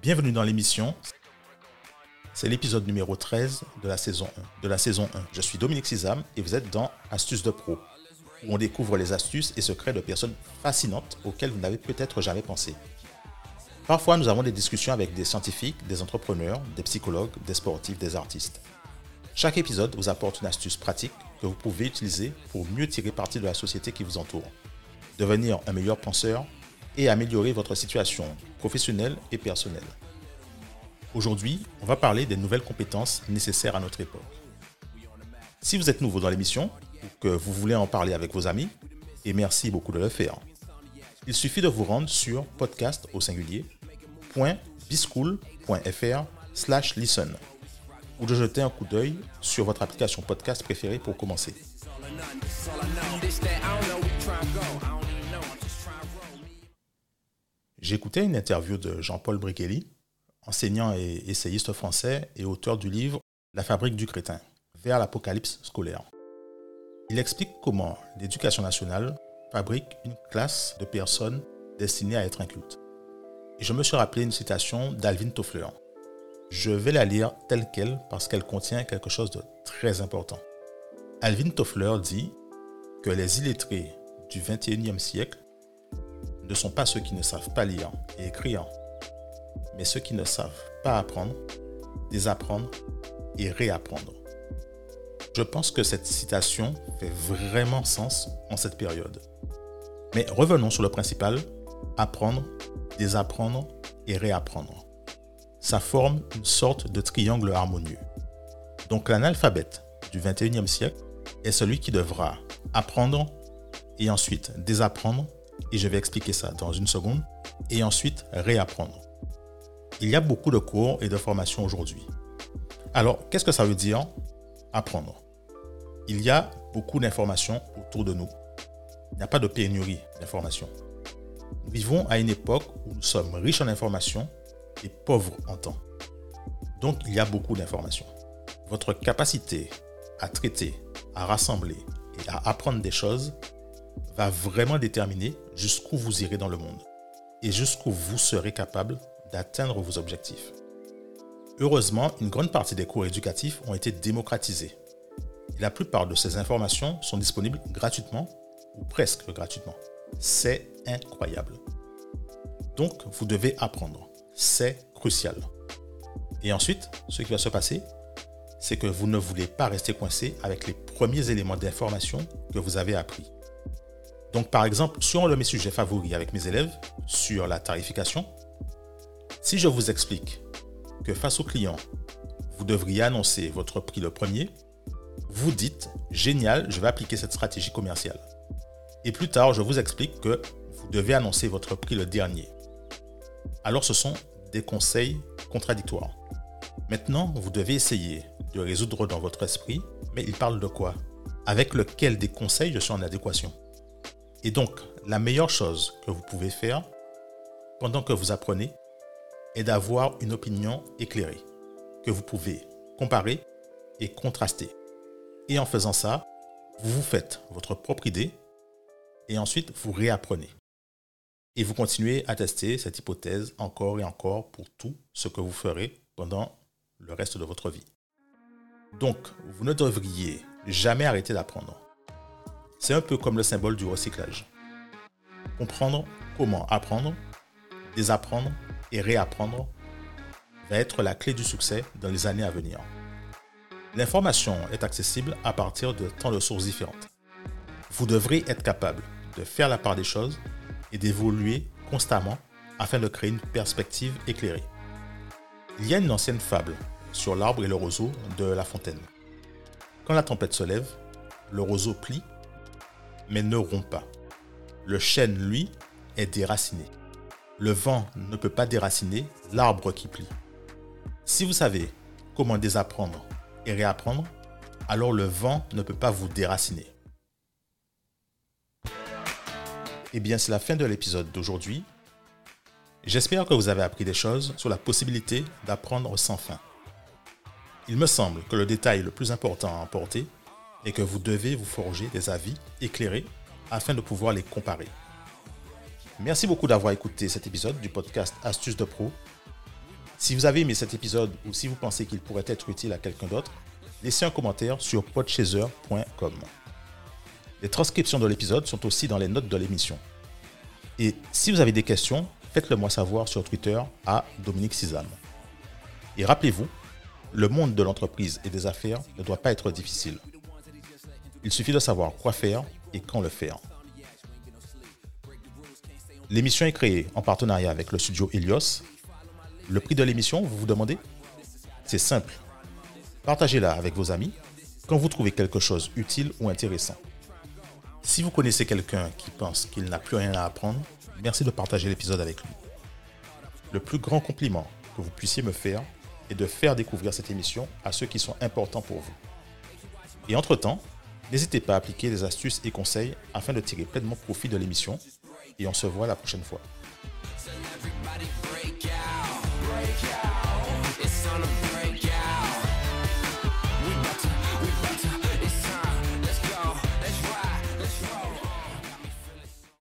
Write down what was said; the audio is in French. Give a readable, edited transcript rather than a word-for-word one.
Bienvenue dans l'émission. C'est l'épisode numéro 13 de la saison 1. Je suis Dominique Sizam et vous êtes dans Astuces de Pro, où on découvre les astuces et secrets de personnes fascinantes auxquelles vous n'avez peut-être jamais pensé. Parfois, nous avons des discussions avec des scientifiques, des entrepreneurs, des psychologues, des sportifs, des artistes. Chaque épisode vous apporte une astuce pratique que vous pouvez utiliser pour mieux tirer parti de la société qui vous entoure, devenir un meilleur penseur et améliorer votre situation professionnelle et personnelle. Aujourd'hui, on va parler des nouvelles compétences nécessaires à notre époque. Si vous êtes nouveau dans l'émission ou que vous voulez en parler avec vos amis, et merci beaucoup de le faire, il suffit de vous rendre sur podcast.bischool.fr/listen ou de jeter un coup d'œil sur votre application podcast préférée pour commencer. J'écoutais une interview de Jean-Paul Briquelli, enseignant et essayiste français et auteur du livre « La fabrique du crétin, vers l'apocalypse scolaire ». Il explique comment l'éducation nationale fabrique une classe de personnes destinées à être incultes. Et je me suis rappelé une citation d'Alvin Toffler. Je vais la lire telle quelle parce qu'elle contient quelque chose de très important. Alvin Toffler dit que les illettrés du XXIe siècle ne sont pas ceux qui ne savent pas lire et écrire, mais ceux qui ne savent pas apprendre, désapprendre et réapprendre. Je pense que cette citation fait vraiment sens en cette période. Mais revenons sur le principal, apprendre, désapprendre et réapprendre. Ça forme une sorte de triangle harmonieux. Donc l'analphabète du XXIe siècle est celui qui devra apprendre et ensuite désapprendre, et je vais expliquer ça dans une seconde, et ensuite réapprendre. Il y a beaucoup de cours et de formations aujourd'hui. Alors, qu'est-ce que ça veut dire apprendre? Il y a beaucoup d'informations autour de nous. Il n'y a pas de pénurie d'informations. Nous vivons à une époque où nous sommes riches en informations et pauvres en temps. Donc, il y a beaucoup d'informations. Votre capacité à traiter, à rassembler et à apprendre des choses va vraiment déterminer jusqu'où vous irez dans le monde et jusqu'où vous serez capable d'atteindre vos objectifs. Heureusement, une grande partie des cours éducatifs ont été démocratisés. Et la plupart de ces informations sont disponibles gratuitement ou presque gratuitement. C'est incroyable. Donc, vous devez apprendre. C'est crucial. Et ensuite, ce qui va se passer, c'est que vous ne voulez pas rester coincé avec les premiers éléments d'information que vous avez appris. Donc, par exemple, sur mes sujets favoris avec mes élèves, sur la tarification, si je vous explique que face au client, vous devriez annoncer votre prix le premier, vous dites « Génial, je vais appliquer cette stratégie commerciale ». Et plus tard, je vous explique que vous devez annoncer votre prix le dernier. Alors, ce sont des conseils contradictoires. Maintenant, vous devez essayer de résoudre dans votre esprit, mais il parle de quoi? Avec lequel des conseils je suis en adéquation? Et donc, la meilleure chose que vous pouvez faire pendant que vous apprenez est d'avoir une opinion éclairée, que vous pouvez comparer et contraster. Et en faisant ça, vous vous faites votre propre idée et ensuite vous réapprenez. Et vous continuez à tester cette hypothèse encore et encore pour tout ce que vous ferez pendant le reste de votre vie. Donc, vous ne devriez jamais arrêter d'apprendre. C'est un peu comme le symbole du recyclage. Comprendre comment apprendre, désapprendre et réapprendre va être la clé du succès dans les années à venir. L'information est accessible à partir de tant de sources différentes. Vous devrez être capable de faire la part des choses et d'évoluer constamment afin de créer une perspective éclairée. Il y a une ancienne fable sur l'arbre et le roseau de La Fontaine. Quand la tempête se lève, le roseau plie, mais ne rompt pas. Le chêne, lui, est déraciné. Le vent ne peut pas déraciner l'arbre qui plie. Si vous savez comment désapprendre et réapprendre, alors le vent ne peut pas vous déraciner. Eh bien, c'est la fin de l'épisode d'aujourd'hui. J'espère que vous avez appris des choses sur la possibilité d'apprendre sans fin. Il me semble que le détail le plus important à emporter est que vous devez vous forger des avis éclairés afin de pouvoir les comparer. Merci beaucoup d'avoir écouté cet épisode du podcast Astuces de Pro. Si vous avez aimé cet épisode ou si vous pensez qu'il pourrait être utile à quelqu'un d'autre, laissez un commentaire sur podchaser.com. Les transcriptions de l'épisode sont aussi dans les notes de l'émission. Et si vous avez des questions, faites-le moi savoir sur Twitter à Dominique Sizam. Et rappelez-vous, le monde de l'entreprise et des affaires ne doit pas être difficile. Il suffit de savoir quoi faire et quand le faire. L'émission est créée en partenariat avec le studio Helios. Le prix de l'émission, vous vous demandez ? C'est simple. Partagez-la avec vos amis quand vous trouvez quelque chose utile ou intéressant. Si vous connaissez quelqu'un qui pense qu'il n'a plus rien à apprendre, merci de partager l'épisode avec lui. Le plus grand compliment que vous puissiez me faire est de faire découvrir cette émission à ceux qui sont importants pour vous. Et entre-temps, n'hésitez pas à appliquer les astuces et conseils afin de tirer pleinement profit de l'émission et on se voit la prochaine fois.